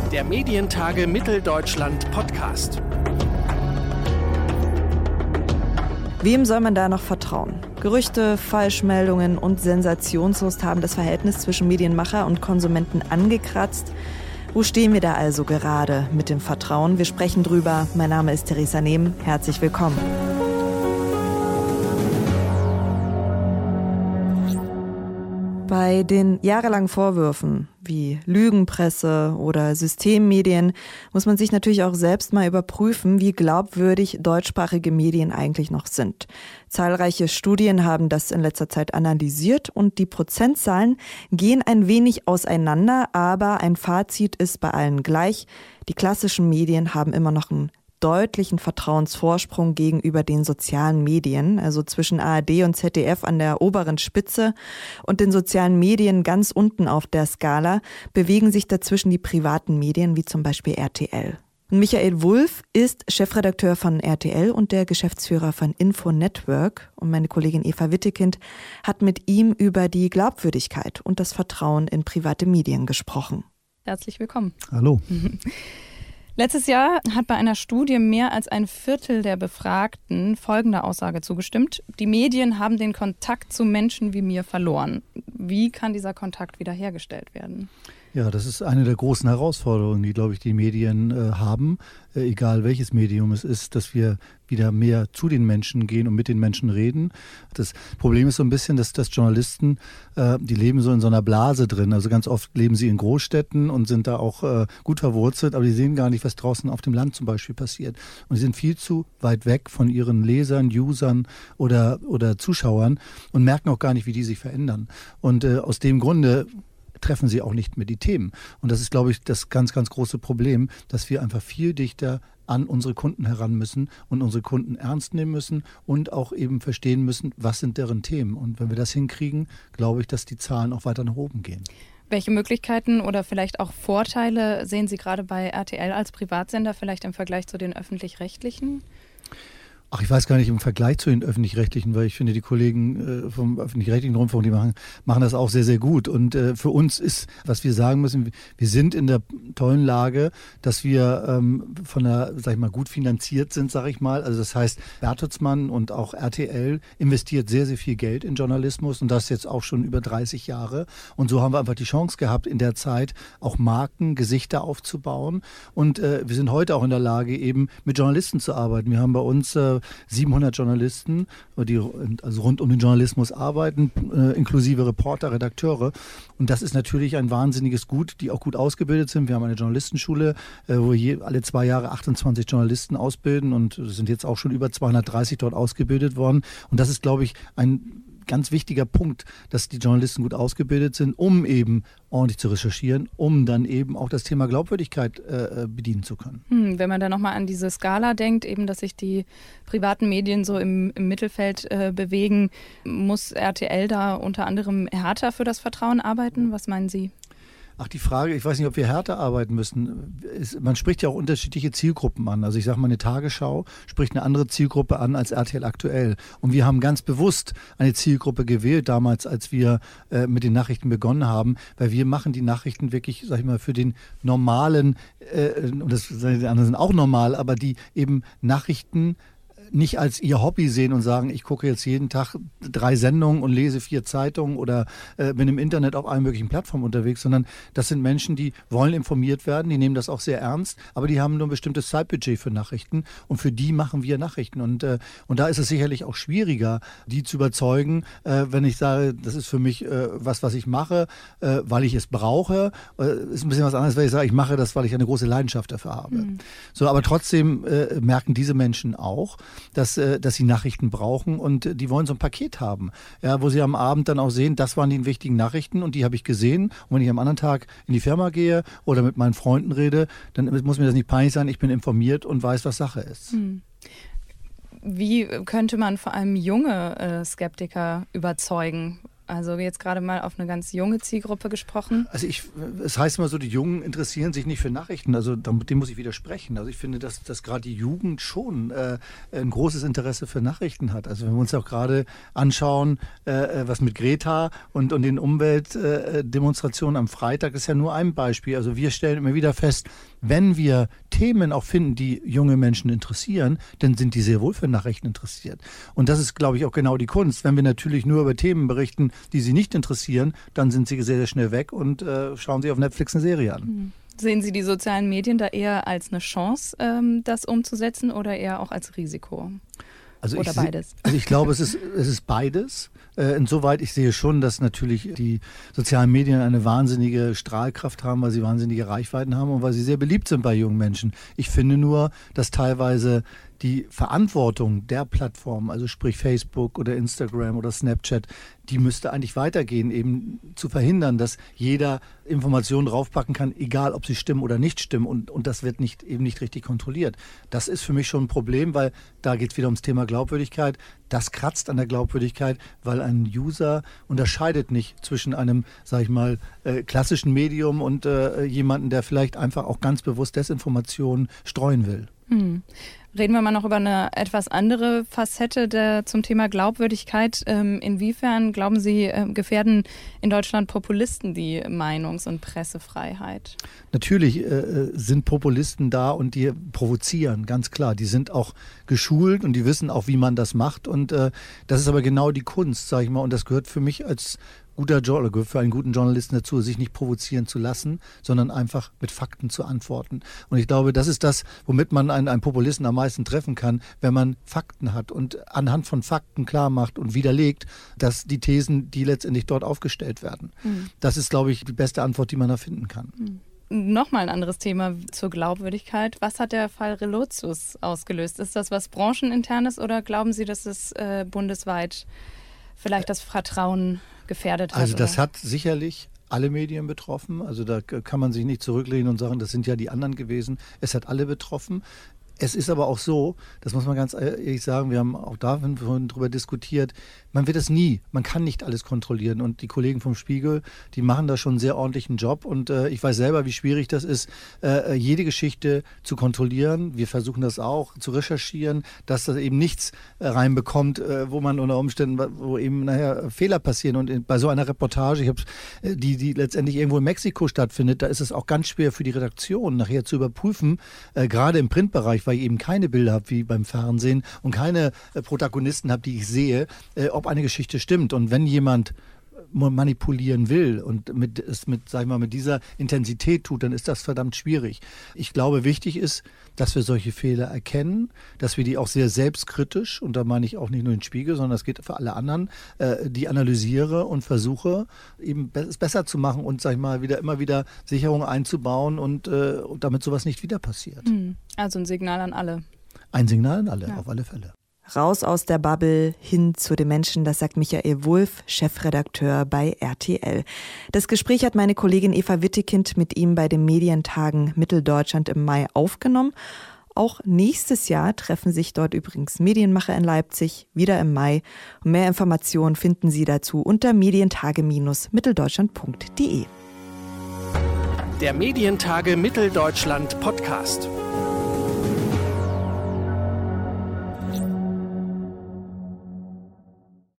Der Medientage Mitteldeutschland Podcast. Wem soll man da noch vertrauen? Gerüchte, Falschmeldungen und Sensationslust haben das Verhältnis zwischen Medienmacher und Konsumenten angekratzt. Wo stehen wir da also gerade mit dem Vertrauen? Wir sprechen drüber. Mein Name ist Theresa Nehm. Herzlich willkommen. Bei den jahrelangen Vorwürfen wie Lügenpresse oder Systemmedien muss man sich natürlich auch selbst mal überprüfen, wie glaubwürdig deutschsprachige Medien eigentlich noch sind. Zahlreiche Studien haben das in letzter Zeit analysiert und die Prozentzahlen gehen ein wenig auseinander, aber ein Fazit ist bei allen gleich. Die klassischen Medien haben immer noch einen deutlichen Vertrauensvorsprung gegenüber den sozialen Medien, also zwischen ARD und ZDF an der oberen Spitze und den sozialen Medien ganz unten auf der Skala, bewegen sich dazwischen die privaten Medien wie zum Beispiel RTL. Michael Wulff ist Chefredakteur von RTL und der Geschäftsführer von Info Network und meine Kollegin Eva Wittekind hat mit ihm über die Glaubwürdigkeit und das Vertrauen in private Medien gesprochen. Herzlich willkommen. Hallo. Letztes Jahr hat bei einer Studie mehr als ein Viertel der Befragten folgender Aussage zugestimmt: Die Medien haben den Kontakt zu Menschen wie mir verloren. Wie kann dieser Kontakt wiederhergestellt werden? Ja, das ist eine der großen Herausforderungen, die, glaube ich, die Medien haben, egal welches Medium es ist, dass wir wieder mehr zu den Menschen gehen und mit den Menschen reden. Das Problem ist so ein bisschen, dass Journalisten, die leben so in so einer Blase drin. Also ganz oft leben sie in Großstädten und sind da auch gut verwurzelt, aber die sehen gar nicht, was draußen auf dem Land zum Beispiel passiert. Und sie sind viel zu weit weg von ihren Lesern, Usern oder Zuschauern und merken auch gar nicht, wie die sich verändern. Und aus dem Grunde treffen sie auch nicht mehr die Themen. Und das ist, glaube ich, das ganz, ganz große Problem, dass wir einfach viel dichter an unsere Kunden heran müssen und unsere Kunden ernst nehmen müssen und auch eben verstehen müssen, was sind deren Themen. Und wenn wir das hinkriegen, glaube ich, dass die Zahlen auch weiter nach oben gehen. Welche Möglichkeiten oder vielleicht auch Vorteile sehen Sie gerade bei RTL als Privatsender vielleicht im Vergleich zu den öffentlich-rechtlichen? Ach, ich weiß gar nicht im Vergleich zu den Öffentlich-Rechtlichen, weil ich finde, die Kollegen vom Öffentlich-Rechtlichen Rundfunk, die machen das auch sehr, sehr gut. Und für uns ist, was wir sagen müssen, wir sind in der tollen Lage, dass wir von der, sag ich mal, gut finanziert sind, sag ich mal. Also das heißt, Bertelsmann und auch RTL investiert sehr, sehr viel Geld in Journalismus und das jetzt auch schon über 30 Jahre. Und so haben wir einfach die Chance gehabt, in der Zeit auch Marken, Gesichter aufzubauen. Und wir sind heute auch in der Lage, eben mit Journalisten zu arbeiten. Wir haben bei uns 700 Journalisten, die also rund um den Journalismus arbeiten, inklusive Reporter, Redakteure. Und das ist natürlich ein wahnsinniges Gut, die auch gut ausgebildet sind. Wir haben eine Journalistenschule, wo alle 2 Jahre 28 Journalisten ausbilden und es sind jetzt auch schon über 230 dort ausgebildet worden. Und das ist, glaube ich, ein ganz wichtiger Punkt, dass die Journalisten gut ausgebildet sind, um eben ordentlich zu recherchieren, um dann eben auch das Thema Glaubwürdigkeit bedienen zu können. Wenn man da nochmal an diese Skala denkt, eben, dass sich die privaten Medien so im Mittelfeld bewegen, muss RTL da unter anderem härter für das Vertrauen arbeiten? Was meinen Sie? Ach, die Frage, ich weiß nicht, ob wir härter arbeiten müssen. Man spricht ja auch unterschiedliche Zielgruppen an. Also ich sage mal, eine Tagesschau spricht eine andere Zielgruppe an als RTL aktuell. Und wir haben ganz bewusst eine Zielgruppe gewählt damals, als wir mit den Nachrichten begonnen haben, weil wir machen die Nachrichten wirklich, sag ich mal, für den normalen, und die anderen sind auch normal, aber die eben Nachrichten nicht als ihr Hobby sehen und sagen, ich gucke jetzt jeden Tag 3 Sendungen und lese 4 Zeitungen oder bin im Internet auf allen möglichen Plattformen unterwegs, sondern das sind Menschen, die wollen informiert werden, die nehmen das auch sehr ernst, aber die haben nur ein bestimmtes Zeitbudget für Nachrichten und für die machen wir Nachrichten. Und da ist es sicherlich auch schwieriger, die zu überzeugen, wenn ich sage, das ist für mich was ich mache, weil ich es brauche. Ist ein bisschen was anderes, wenn ich sage, ich mache das, weil ich eine große Leidenschaft dafür habe. So, aber trotzdem merken diese Menschen auch, dass sie Nachrichten brauchen und die wollen so ein Paket haben, ja, wo sie am Abend dann auch sehen, das waren die wichtigen Nachrichten und die habe ich gesehen. Und wenn ich am anderen Tag in die Firma gehe oder mit meinen Freunden rede, dann muss mir das nicht peinlich sein, ich bin informiert und weiß, was Sache ist. Wie könnte man vor allem junge Skeptiker überzeugen? Also jetzt gerade mal auf eine ganz junge Zielgruppe gesprochen. Also es heißt immer so, die Jungen interessieren sich nicht für Nachrichten. Also dem muss ich widersprechen. Also ich finde, dass gerade die Jugend schon ein großes Interesse für Nachrichten hat. Also wenn wir uns auch gerade anschauen, was mit Greta und den Umweltdemonstrationen am Freitag ist ja nur ein Beispiel. Also wir stellen immer wieder fest, wenn wir Themen auch finden, die junge Menschen interessieren, dann sind die sehr wohl für Nachrichten interessiert. Und das ist, glaube ich, auch genau die Kunst. Wenn wir natürlich nur über Themen berichten, die sie nicht interessieren, dann sind sie sehr, sehr schnell weg und schauen sich auf Netflix eine Serie an. Sehen Sie die sozialen Medien da eher als eine Chance, das umzusetzen oder eher auch als Risiko? Oder beides? Also ich glaube, es ist beides. Insoweit, ich sehe schon, dass natürlich die sozialen Medien eine wahnsinnige Strahlkraft haben, weil sie wahnsinnige Reichweiten haben und weil sie sehr beliebt sind bei jungen Menschen. Ich finde nur, dass teilweise die Verantwortung der Plattformen, also sprich Facebook oder Instagram oder Snapchat, die müsste eigentlich weitergehen, eben zu verhindern, dass jeder Informationen draufpacken kann, egal ob sie stimmen oder nicht stimmen und das wird eben nicht richtig kontrolliert. Das ist für mich schon ein Problem, weil da geht es wieder ums Thema Glaubwürdigkeit. Das kratzt an der Glaubwürdigkeit, weil ein User unterscheidet nicht zwischen einem, sag ich mal, klassischen Medium und jemanden, der vielleicht einfach auch ganz bewusst Desinformationen streuen will. Reden wir mal noch über eine etwas andere Facette zum Thema Glaubwürdigkeit. Inwiefern, glauben Sie, gefährden in Deutschland Populisten die Meinungs- und Pressefreiheit? Natürlich sind Populisten da und die provozieren, ganz klar. Die sind auch geschult und die wissen auch, wie man das macht. Und das ist aber genau die Kunst, sage ich mal. Und das gehört für mich als für einen guten Journalisten dazu, sich nicht provozieren zu lassen, sondern einfach mit Fakten zu antworten. Und ich glaube, das ist das, womit man einen Populisten am meisten treffen kann, wenn man Fakten hat und anhand von Fakten klar macht und widerlegt, dass die Thesen, die letztendlich dort aufgestellt werden. Das ist, glaube ich, die beste Antwort, die man da finden kann. Nochmal ein anderes Thema zur Glaubwürdigkeit. Was hat der Fall Relotius ausgelöst? Ist das was Brancheninternes oder glauben Sie, dass es bundesweit vielleicht das Vertrauen gefährdet hat? Also das hat sicherlich alle Medien betroffen. Also da kann man sich nicht zurücklehnen und sagen, das sind ja die anderen gewesen. Es hat alle betroffen. Es ist aber auch so, das muss man ganz ehrlich sagen, wir haben auch da darüber diskutiert, man wird es nie, man kann nicht alles kontrollieren und die Kollegen vom Spiegel, die machen da schon einen sehr ordentlichen Job und ich weiß selber, wie schwierig das ist, jede Geschichte zu kontrollieren. Wir versuchen das auch zu recherchieren, dass da eben nichts reinbekommt, wo man unter Umständen, wo eben nachher Fehler passieren und bei so einer Reportage, die letztendlich irgendwo in Mexiko stattfindet, da ist es auch ganz schwer für die Redaktion nachher zu überprüfen, gerade im Printbereich, weil ich eben keine Bilder habe wie beim Fernsehen und keine Protagonisten habe, die ich sehe, ob eine Geschichte stimmt. Und wenn jemand manipulieren will und sag ich mal, mit dieser Intensität tut, dann ist das verdammt schwierig. Ich glaube, wichtig ist, dass wir solche Fehler erkennen, dass wir die auch sehr selbstkritisch, und da meine ich auch nicht nur den Spiegel, sondern das geht für alle anderen, die analysiere und versuche, eben es besser zu machen und, sag ich mal, immer wieder Sicherungen einzubauen und damit sowas nicht wieder passiert. Also ein Signal an alle. Ein Signal an alle, ja. Auf alle Fälle. Raus aus der Bubble, hin zu den Menschen, das sagt Michael Wulff, Chefredakteur bei RTL. Das Gespräch hat meine Kollegin Eva Wittekind mit ihm bei den Medientagen Mitteldeutschland im Mai aufgenommen. Auch nächstes Jahr treffen sich dort übrigens Medienmacher in Leipzig, wieder im Mai. Und mehr Informationen finden Sie dazu unter medientage-mitteldeutschland.de. Der Medientage Mitteldeutschland Podcast.